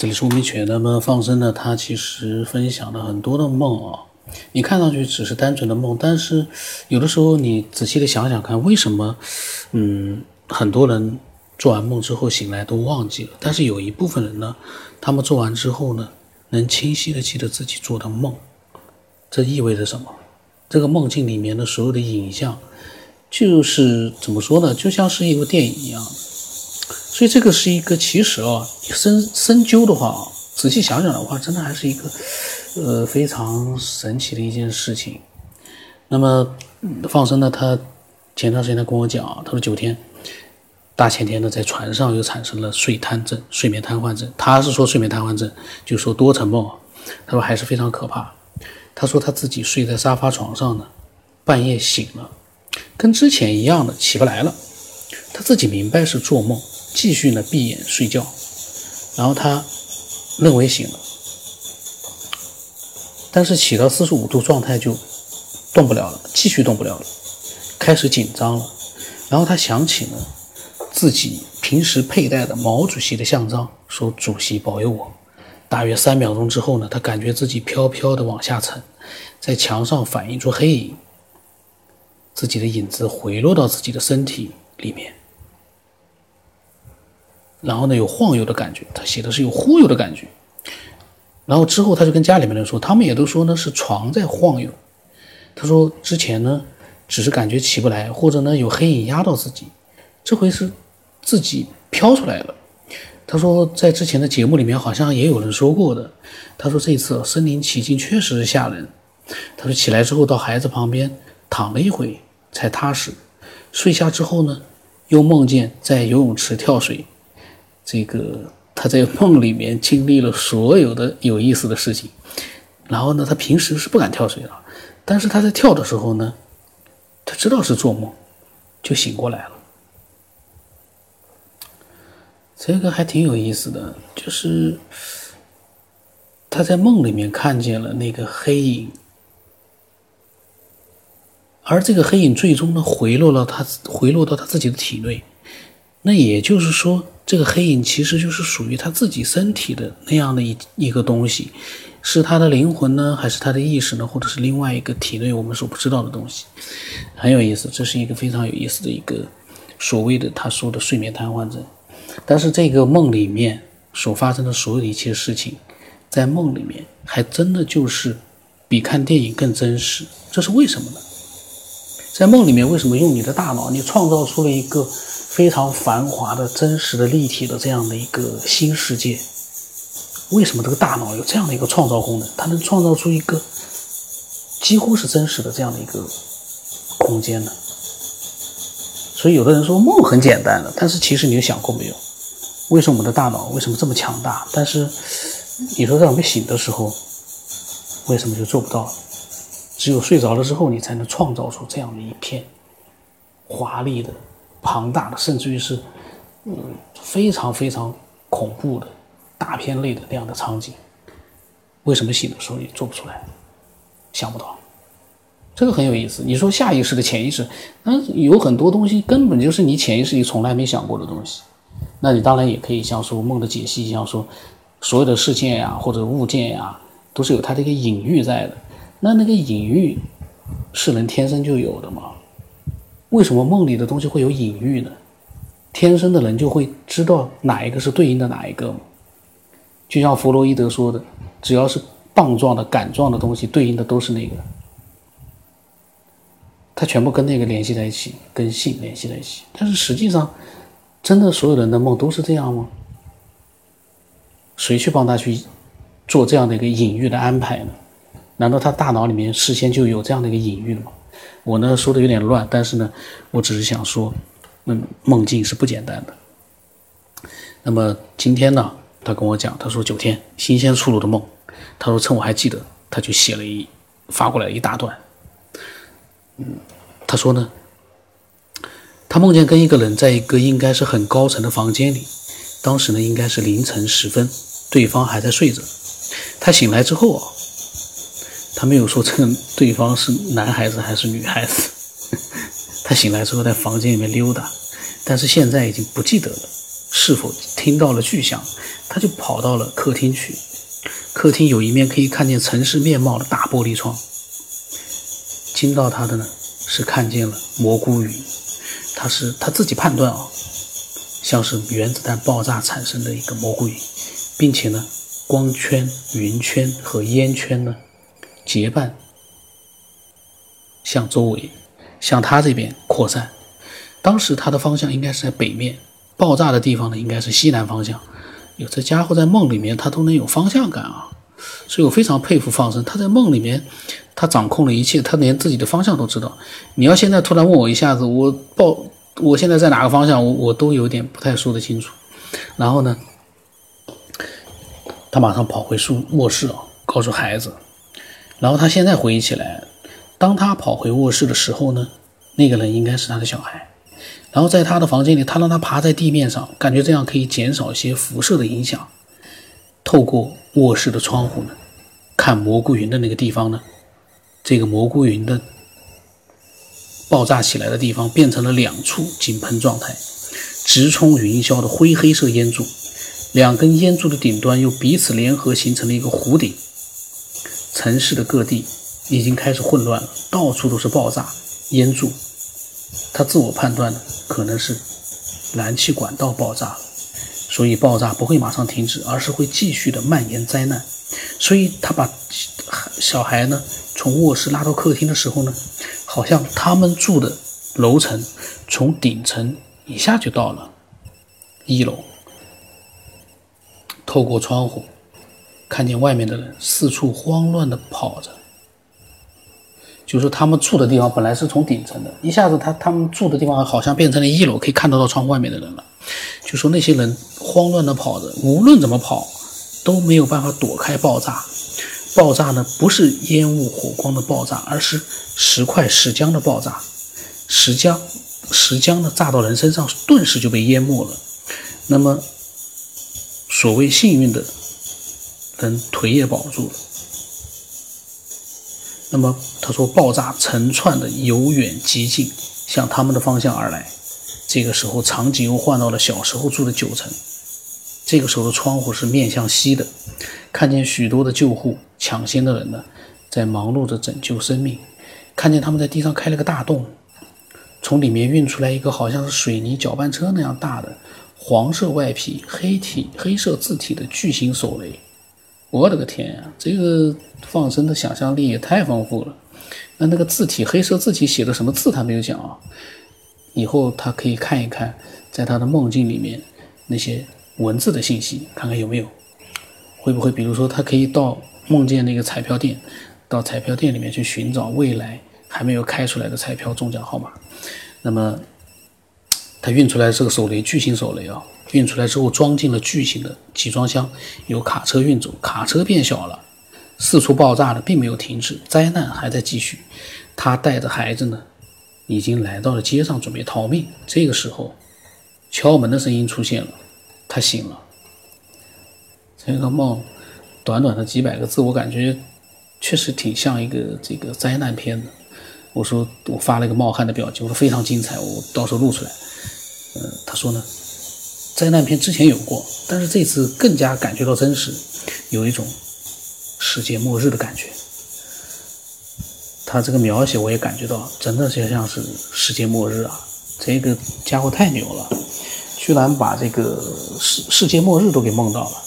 这里是吴明全。那么放生呢，他其实分享了很多的梦啊，你看上去只是单纯的梦，但是有的时候你仔细的想想看，为什么很多人做完梦之后醒来都忘记了，但是有一部分人呢，他们做完之后呢，能清晰的记得自己做的梦。这意味着什么？这个梦境里面的所有的影像，就是怎么说呢，就像是一部电影一样的。所以这个是一个其实深究的话，仔细想想的话，真的还是一个非常神奇的一件事情。那么放生呢，他前段时间他跟我讲，他说9天大前天呢，在船上又产生了睡眠瘫痪症。他是说睡眠瘫痪症，就说多层梦，他说还是非常可怕。他说他自己睡在沙发床上呢，半夜醒了，跟之前一样的起不来了，他自己明白是做梦，继续呢闭眼睡觉，然后他认为醒了，但是起到45度状态就动不了了，继续动不了了，开始紧张了。然后他想起了自己平时佩戴的毛主席的像章，说主席保佑我。大约3秒钟之后呢，他感觉自己飘飘的往下沉，在墙上反映出黑影，自己的影子回落到自己的身体里面，然后呢有晃悠的感觉，他写的是有忽悠的感觉。然后之后他就跟家里面人说，他们也都说呢是床在晃悠。他说之前呢只是感觉起不来，或者呢有黑影压到自己，这回是自己飘出来了。他说在之前的节目里面好像也有人说过的，他说这一次身临其境确实是吓人。他说起来之后到孩子旁边躺了一会才踏实，睡下之后呢又梦见在游泳池跳水，这个他在梦里面经历了所有的有意思的事情。然后呢他平时是不敢跳水的，但是他在跳的时候呢，他知道是做梦，就醒过来了。这个还挺有意思的，就是他在梦里面看见了那个黑影，而这个黑影最终呢回落到他自己的体内。那也就是说，这个黑影其实就是属于他自己身体的那样的一个东西，是他的灵魂呢，还是他的意识呢，或者是另外一个体内我们所不知道的东西。很有意思，这是一个非常有意思的一个所谓的他说的睡眠瘫痪症。但是这个梦里面所发生的所有的一切事情，在梦里面还真的就是比看电影更真实。这是为什么呢？在梦里面为什么用你的大脑，你创造出了一个非常繁华的真实的立体的这样的一个新世界？为什么这个大脑有这样的一个创造功能，它能创造出一个几乎是真实的这样的一个空间呢？所以有的人说梦很简单的，但是其实你有想过没有，为什么我们的大脑为什么这么强大，但是你说在我们醒的时候为什么就做不到？只有睡着了之后，你才能创造出这样的一片华丽的庞大的，甚至于是非常非常恐怖的大片类的那样的场景。为什么醒的时候你做不出来，想不到？这个很有意思。你说下意识的潜意识，那有很多东西根本就是你潜意识里从来没想过的东西。那你当然也可以像说梦的解析一样，说所有的事件呀或者物件呀都是有它的一个隐喻在的。那个隐喻是人天生就有的吗？为什么梦里的东西会有隐喻呢？天生的人就会知道哪一个是对应的哪一个吗？就像弗洛伊德说的，只要是棒状的杆状的东西对应的都是那个，它全部跟那个联系在一起，跟性联系在一起。但是实际上真的所有人的梦都是这样吗？谁去帮他去做这样的一个隐喻的安排呢？难道他大脑里面事先就有这样的一个隐喻了吗？我呢说的有点乱，但是呢我只是想说梦境是不简单的。那么今天呢他跟我讲，他说9天新鲜出炉的梦，他说趁我还记得，他就发过来一大段。他说呢，他梦见跟一个人在一个应该是很高层的房间里，当时呢应该是凌晨10分，对方还在睡着。他醒来之后他没有说这个对方是男孩子还是女孩子。他醒来之后在房间里面溜达，但是现在已经不记得了是否听到了巨响，他就跑到了客厅去。客厅有一面可以看见城市面貌的大玻璃窗，惊到他的呢是看见了蘑菇云，他自己判断像是原子弹爆炸产生的一个蘑菇云，并且呢光圈、云圈和烟圈呢结伴向周围，向他这边扩散。当时他的方向应该是在北面，爆炸的地方呢应该是西南方向。这家伙在梦里面他都能有方向感啊，所以我非常佩服放生。他在梦里面他掌控了一切，他连自己的方向都知道。你要现在突然问我一下子我现在在哪个方向，我都有点不太说得清楚。然后呢他马上跑回卧室告诉孩子。然后他现在回忆起来，当他跑回卧室的时候呢，那个人应该是他的小孩。然后在他的房间里，他让他爬在地面上，感觉这样可以减少一些辐射的影响。透过卧室的窗户呢，看蘑菇云的那个地方呢，这个蘑菇云的爆炸起来的地方变成了2处井喷状态，直冲云霄的灰黑色烟柱，2根烟柱的顶端又彼此联合形成了一个弧顶。城市的各地已经开始混乱了，到处都是爆炸烟柱。他自我判断的可能是燃气管道爆炸了，所以爆炸不会马上停止，而是会继续的蔓延灾难。所以他把小孩呢从卧室拉到客厅的时候呢，好像他们住的楼层从顶层一下就到了1楼。透过窗户看见外面的人四处慌乱的跑着，就是他们住的地方本来是从顶层的，一下子他们住的地方好像变成了1楼，可以看得到窗户外面的人了。就说那些人慌乱的跑着，无论怎么跑都没有办法躲开爆炸。爆炸呢不是烟雾火光的爆炸，而是石块石浆的爆炸。石浆呢炸到人身上，顿时就被淹没了。那么所谓幸运的人腿也保住了。那么他说爆炸成串的由远及近向他们的方向而来。这个时候场景又换到了小时候住的9层，这个时候的窗户是面向西的，看见许多的救护抢先的人呢在忙碌着拯救生命，看见他们在地上开了个大洞，从里面运出来一个好像是水泥搅拌车那样大的黄色外皮黑色字体的巨型手雷。我的个天呀，这个放生的想象力也太丰富了。那个字体黑色字体写的什么字他没有讲啊，以后他可以看一看在他的梦境里面那些文字的信息，看看有没有，会不会比如说他可以到梦见那个彩票店，到彩票店里面去寻找未来还没有开出来的彩票中奖号码。那么他运出来这个手雷，巨型手雷运出来之后装进了巨型的集装箱，由卡车运走，卡车变小了，四处爆炸的并没有停止，灾难还在继续。他带着孩子呢已经来到了街上准备逃命。这个时候敲门的声音出现了，他醒了。这个梦短短的几百个字，我感觉确实挺像一个这个灾难片的。我说我发了一个冒汗的表情，我说非常精彩，我到时候录出来。他说呢灾难片之前有过，但是这次更加感觉到真实，有一种世界末日的感觉。他这个描写我也感觉到真的就像是世界末日啊，这个家伙太牛了，居然把这个世界末日都给梦到了，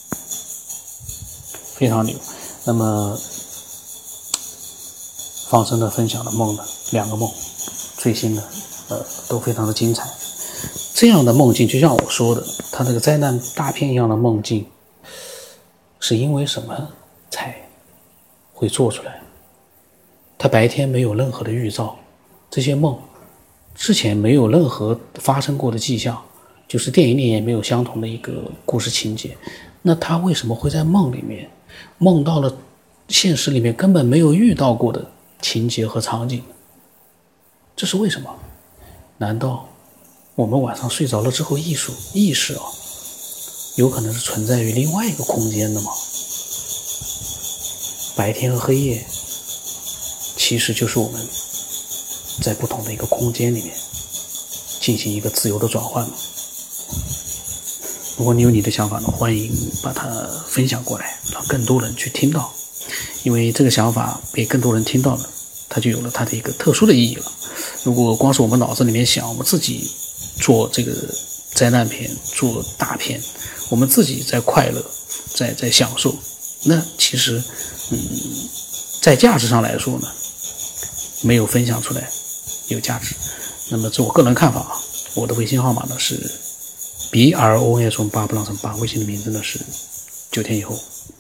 非常牛。那么放生的分享的梦呢，2个梦最新的都非常的精彩。这样的梦境就像我说的，他那个灾难大片一样的梦境是因为什么才会做出来？他白天没有任何的预兆，这些梦之前没有任何发生过的迹象，就是电影里也没有相同的一个故事情节。那他为什么会在梦里面梦到了现实里面根本没有遇到过的情节和场景？这是为什么？难道我们晚上睡着了之后意识有可能是存在于另外一个空间的吗？白天和黑夜其实就是我们在不同的一个空间里面进行一个自由的转换吗？ 如果你有你的想法呢，欢迎把它分享过来，让更多人去听到。因为这个想法被更多人听到了，它就有了它的一个特殊的意义了。如果光是我们脑子里面想，我们自己做这个灾难片，做大片，我们自己在快乐，在享受，那其实在价值上来说呢，没有分享出来有价值。那么这我个人看法啊，我的微信号码呢是 BROS8 不让8，微信的名字呢是9天以后。